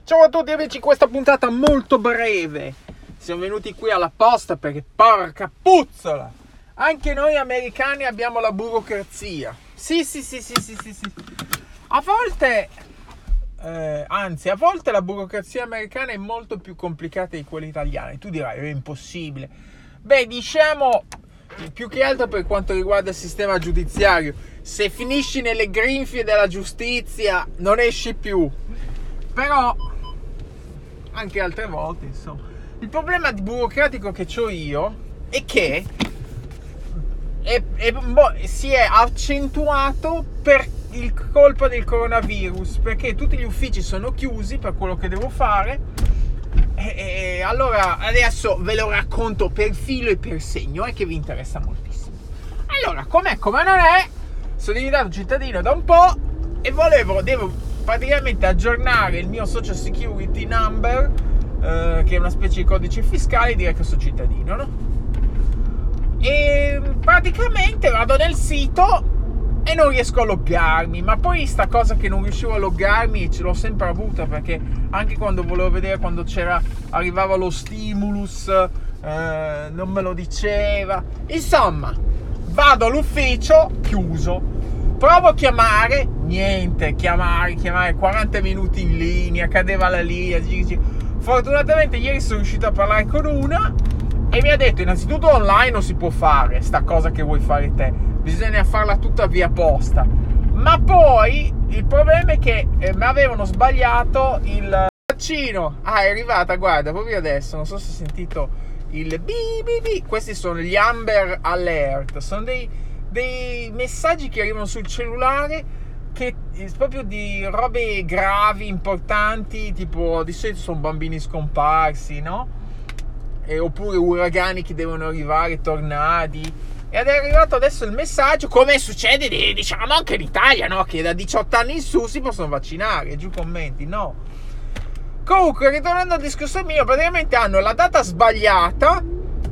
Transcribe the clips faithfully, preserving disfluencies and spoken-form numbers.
Ciao a tutti amici, questa puntata molto breve. Siamo venuti qui alla posta perché porca puzzola, anche noi americani abbiamo la burocrazia. Sì, sì, sì, sì, sì, sì, sì. A volte, eh, anzi, a volte la burocrazia americana è molto più complicata di quella italiana. E tu dirai, è impossibile. Beh, diciamo, più che altro per quanto riguarda il sistema giudiziario. Se finisci nelle grinfie della giustizia, non esci più. Però anche altre volte, insomma, il problema di burocratico che ho io è che è, è, boh, si è accentuato per il colpa del coronavirus, perché tutti gli uffici sono chiusi per quello che devo fare. E, e allora adesso ve lo racconto per filo e per segno, è che vi interessa moltissimo. Allora, com'è come non è, sono diventato cittadino da un po' e volevo, devo praticamente aggiornare il mio social security number, eh, che è una specie di codice fiscale, e dire che sono cittadino, no? E praticamente vado nel sito e non riesco a loggarmi, ma poi sta cosa che non riuscivo a loggarmi ce l'ho sempre avuta, perché anche quando volevo vedere, quando c'era, arrivava lo stimulus, eh, non me lo diceva. Insomma, vado all'ufficio, chiuso. Provo a chiamare, niente, chiamare, chiamare, quaranta minuti in linea, cadeva la linea. Fortunatamente ieri sono riuscito a parlare con una e mi ha detto, innanzitutto online non si può fare sta cosa che vuoi fare te, bisogna farla tutta via posta. Ma poi il problema è che eh, mi avevano sbagliato il vaccino. Ah, è arrivata, guarda, proprio adesso, non so se hai sentito il bi bi bi. Questi sono gli Amber Alert, sono dei dei messaggi che arrivano sul cellulare, che proprio di robe gravi, importanti, tipo di solito sono bambini scomparsi, no? E, oppure uragani che devono arrivare, tornadi. Ed è arrivato adesso il messaggio, come succede diciamo anche in Italia, no? Che da diciotto anni in su si possono vaccinare, giù commenti, no? Comunque, ritornando al discorso mio, praticamente hanno la data sbagliata.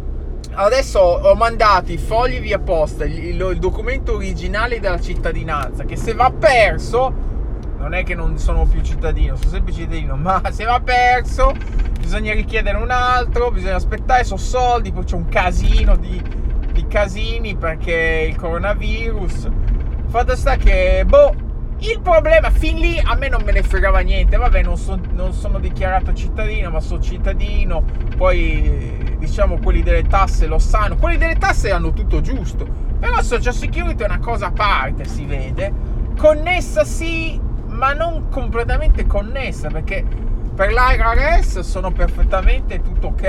Adesso ho mandato i fogli via posta, il, il documento originale della cittadinanza, che se va perso, non è che non sono più cittadino, sono sempre cittadino, ma se va perso bisogna richiedere un altro, bisogna aspettare, sono soldi, poi c'è un casino di, di casini perché il coronavirus. Fatto sta che, boh, il problema, fin lì a me non me ne fregava niente, vabbè, non, so, non sono dichiarato cittadino, ma sono cittadino, poi diciamo quelli delle tasse lo sanno, quelli delle tasse hanno tutto giusto, però social security è una cosa a parte, si vede, connessa sì, ma non completamente connessa, perché per l'I R S sono perfettamente tutto ok,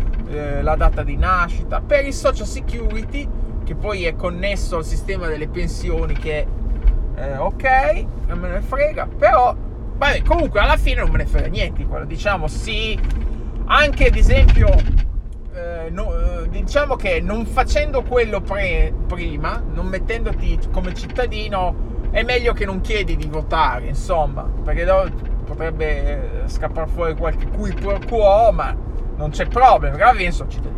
eh, la data di nascita, per il social security, che poi è connesso al sistema delle pensioni, che Eh, ok, non me ne frega, però vabbè, comunque alla fine non me ne frega niente quello, diciamo sì, anche ad esempio eh, no, eh, diciamo che non facendo quello pre, prima, non mettendoti come cittadino, è meglio che non chiedi di votare, insomma, perché potrebbe scappare fuori qualche qui pro quo, ma non c'è problema, perché alla fine sono cittadino.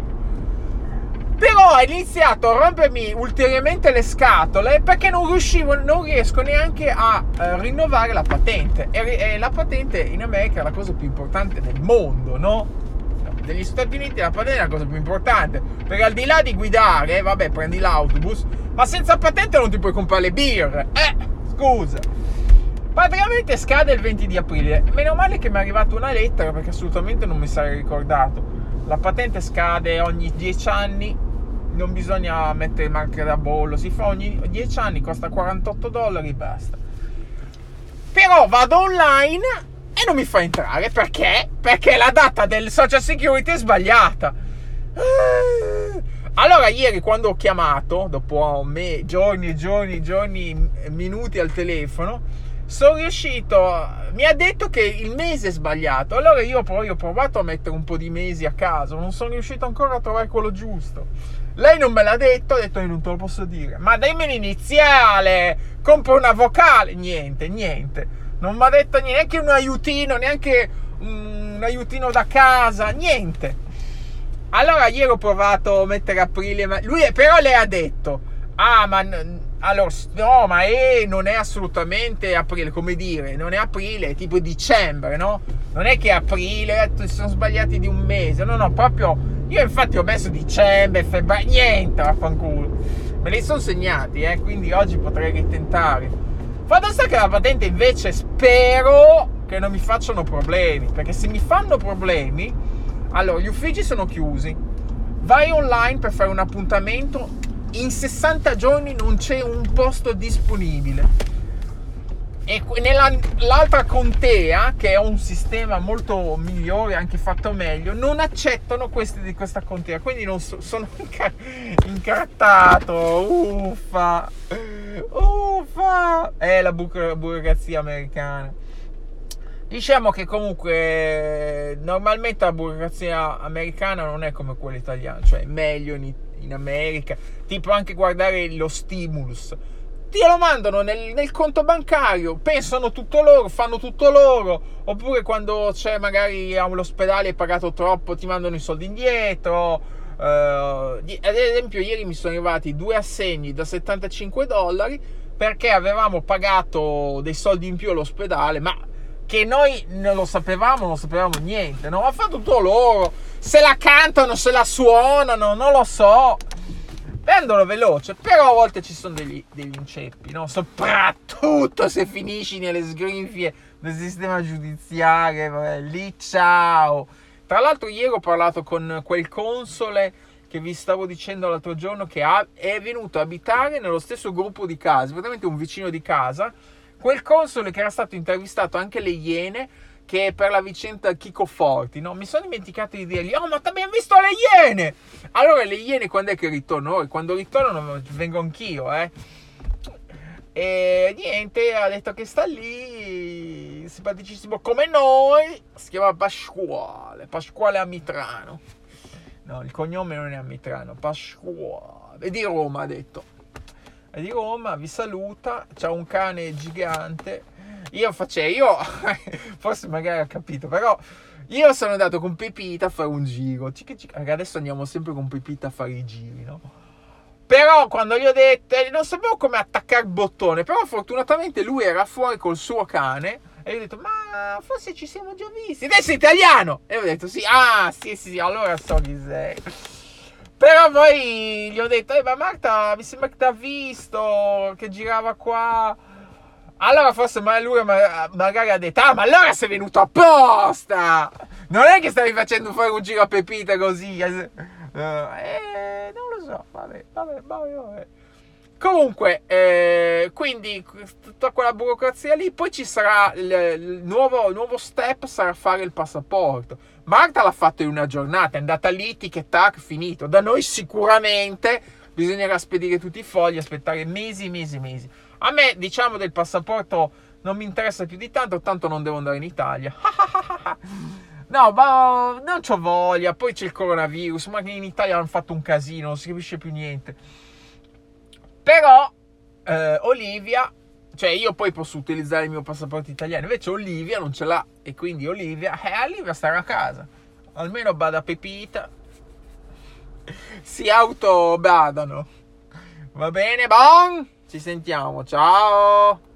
Però ha iniziato a rompermi ulteriormente le scatole perché non riuscivo, non riesco neanche a eh, rinnovare la patente. E, e la patente in America è la cosa più importante del mondo, no? No, negli Stati Uniti la patente è la cosa più importante, perché al di là di guidare, vabbè, prendi l'autobus, ma senza patente non ti puoi comprare le birre. Eh, scusa. Praticamente scade il venti di aprile. Meno male che mi è arrivata una lettera, perché assolutamente non mi sarei ricordato. La patente scade ogni dieci anni. Non bisogna mettere marche da bollo, si fa ogni dieci anni, costa quarantotto dollari, basta. Però vado online e non mi fa entrare, perché? Perché la data del social security è sbagliata. Allora ieri, quando ho chiamato, dopo me, giorni, giorni, giorni, minuti al telefono, sono riuscito, mi ha detto che il mese è sbagliato. Allora io poi ho provato a mettere un po' di mesi a caso, non sono riuscito ancora a trovare quello giusto. Lei non me l'ha detto, ho detto io non te lo posso dire, ma dammi l'iniziale, compro una vocale, niente, niente, non mi ha detto niente, neanche un aiutino, neanche un aiutino da casa, niente. Allora ieri ho provato a mettere aprile, ma lui però lei ha detto, ah ma allora no, ma è, non è assolutamente aprile, come dire, non è aprile, è tipo dicembre, no? Non è che aprile, si sono sbagliati di un mese. No, no, proprio... Io infatti ho messo dicembre, febbraio, niente, vaffanculo. Me li sono segnati, eh, quindi oggi potrei ritentare. Fatto sta che la patente invece spero che non mi facciano problemi, perché se mi fanno problemi, allora gli uffici sono chiusi, vai online per fare un appuntamento, in sessanta giorni non c'è un posto disponibile. E nell'altra contea, che è un sistema molto migliore, anche fatto meglio, non accettano questi di questa contea, quindi non so, sono incartato. Uffa, uffa, è la bu- burocrazia americana. Diciamo che comunque normalmente la burocrazia americana non è come quella italiana, cioè è meglio in, in America, tipo anche guardare lo stimulus. Ti lo mandano nel, nel conto bancario, pensano tutto loro, fanno tutto loro, oppure quando c'è magari all'ospedale hai pagato troppo ti mandano i soldi indietro. Uh, ad esempio ieri mi sono arrivati due assegni da settantacinque dollari perché avevamo pagato dei soldi in più all'ospedale, ma che noi non lo sapevamo, non sapevamo niente, no? Ma fa tutto loro, se la cantano, se la suonano, non lo so. Vendono veloce, però a volte ci sono degli, degli inceppi, no? Soprattutto se finisci nelle sgrinfie del sistema giudiziario, vabbè, lì ciao. Tra l'altro ieri ho parlato con quel console che vi stavo dicendo l'altro giorno, che ha, è venuto a abitare nello stesso gruppo di case, praticamente un vicino di casa, quel console che era stato intervistato anche le Iene, che è per la vicenda Chico Forti, no? Mi sono dimenticato di dirgli, oh, ma ti abbiamo visto le Iene! Allora le Iene quando è che ritornano? Oh, quando ritornano vengo anch'io, eh? E niente, ha detto che sta lì, simpaticissimo come noi, si chiama Pasquale, Pasquale Amitrano. No, il cognome non è Amitrano, Pasquale, è di Roma, ha detto. È di Roma, vi saluta, c'ha un cane gigante. Io facevo, io, forse magari ho capito, però io sono andato con Pepita a fare un giro. Adesso andiamo sempre con Pepita a fare i giri, no? Però quando gli ho detto, non sapevo come attaccare il bottone, però fortunatamente lui era fuori col suo cane e gli ho detto, ma forse ci siamo già visti. Te sei italiano? E ho detto, sì, ah, sì, sì, allora so chi sei. Però poi gli ho detto, eh, ma Marta, mi sembra che ti ha visto, che girava qua. Allora forse lui magari ha detto, ah, ma allora sei venuto apposta, non è che stavi facendo fare un giro a Pepita così. Eh, non lo so, vabbè, vabbè, vabbè, vabbè. Comunque, eh, quindi tutta quella burocrazia lì, poi ci sarà il, il, nuovo, il nuovo step, sarà fare il passaporto. Marta l'ha fatto in una giornata, è andata lì, tic tac, finito. Da noi sicuramente bisognerà spedire tutti i fogli, aspettare mesi, mesi, mesi. A me, diciamo, del passaporto non mi interessa più di tanto, tanto non devo andare in Italia. No, ma non c'ho voglia, poi c'è il coronavirus, ma in Italia hanno fatto un casino, non si capisce più niente. Però, eh, Olivia, cioè io poi posso utilizzare il mio passaporto italiano, invece Olivia non ce l'ha, e quindi Olivia, eh, Olivia starà a casa. Almeno bada Pepita. Si autobadano. Va bene, bon? Ci sentiamo, ciao!